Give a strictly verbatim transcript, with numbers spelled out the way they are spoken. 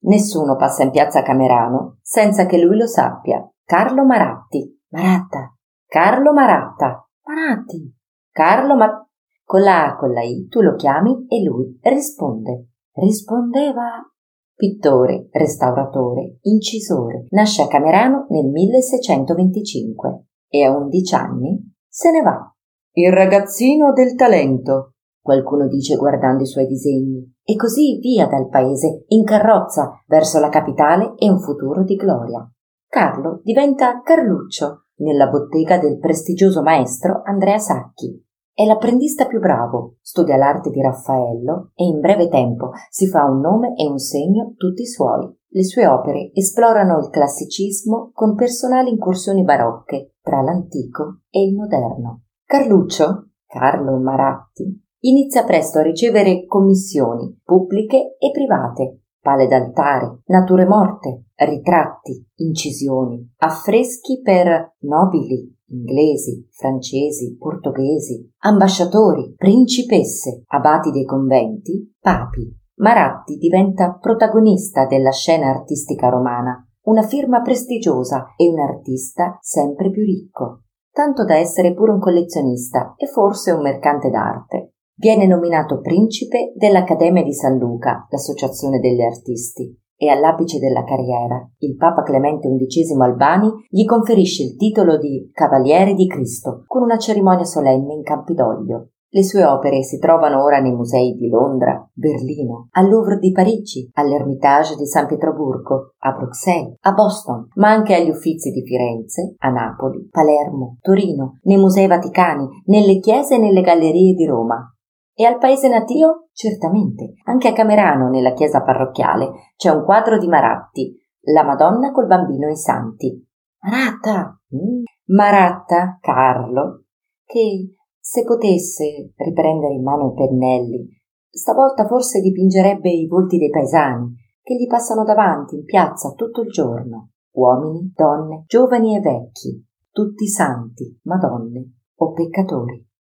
Nessuno passa in piazza Camerano senza che lui lo sappia. Carlo Maratti. Maratta. Carlo Maratta. Maratti. Carlo Mar... Con la A, con la I, tu lo chiami e lui risponde. Rispondeva. Pittore, restauratore, incisore. Nasce a Camerano nel milleseicentoventicinque e a undici anni se ne va. Il ragazzino del talento, qualcuno dice guardando i suoi disegni, e così via dal paese in carrozza verso la capitale e un futuro di gloria. Carlo diventa Carluccio nella bottega del prestigioso maestro Andrea Sacchi. È l'apprendista più bravo, studia l'arte di Raffaello e in breve tempo si fa un nome e un segno tutti suoi. Le sue opere esplorano il classicismo con personali incursioni barocche tra l'antico e il moderno. Carluccio, Carlo Maratti, inizia presto a ricevere commissioni pubbliche e private, pale d'altare, nature morte, ritratti, incisioni, affreschi per nobili, inglesi, francesi, portoghesi, ambasciatori, principesse, abati dei conventi, papi. Maratti diventa protagonista della scena artistica romana, una firma prestigiosa e un artista sempre più ricco, tanto da essere pure un collezionista e forse un mercante d'arte. Viene nominato principe dell'Accademia di San Luca, l'associazione degli artisti, e all'apice della carriera il Papa Clemente undicesimo Albani gli conferisce il titolo di Cavaliere di Cristo con una cerimonia solenne in Campidoglio. Le sue opere si trovano ora nei musei di Londra, Berlino, al Louvre di Parigi, all'Ermitage di San Pietroburgo, a Bruxelles, a Boston, ma anche agli Uffizi di Firenze, a Napoli, Palermo, Torino, nei musei vaticani, nelle chiese e nelle gallerie di Roma. E al paese natio? Certamente, anche a Camerano, nella chiesa parrocchiale, c'è un quadro di Maratti, la Madonna col bambino e i santi. Maratta! Mm. Maratta, Carlo, che se potesse riprendere in mano i pennelli, stavolta forse dipingerebbe i volti dei paesani che gli passano davanti in piazza tutto il giorno, uomini, donne, giovani e vecchi, tutti santi, madonne o peccatori.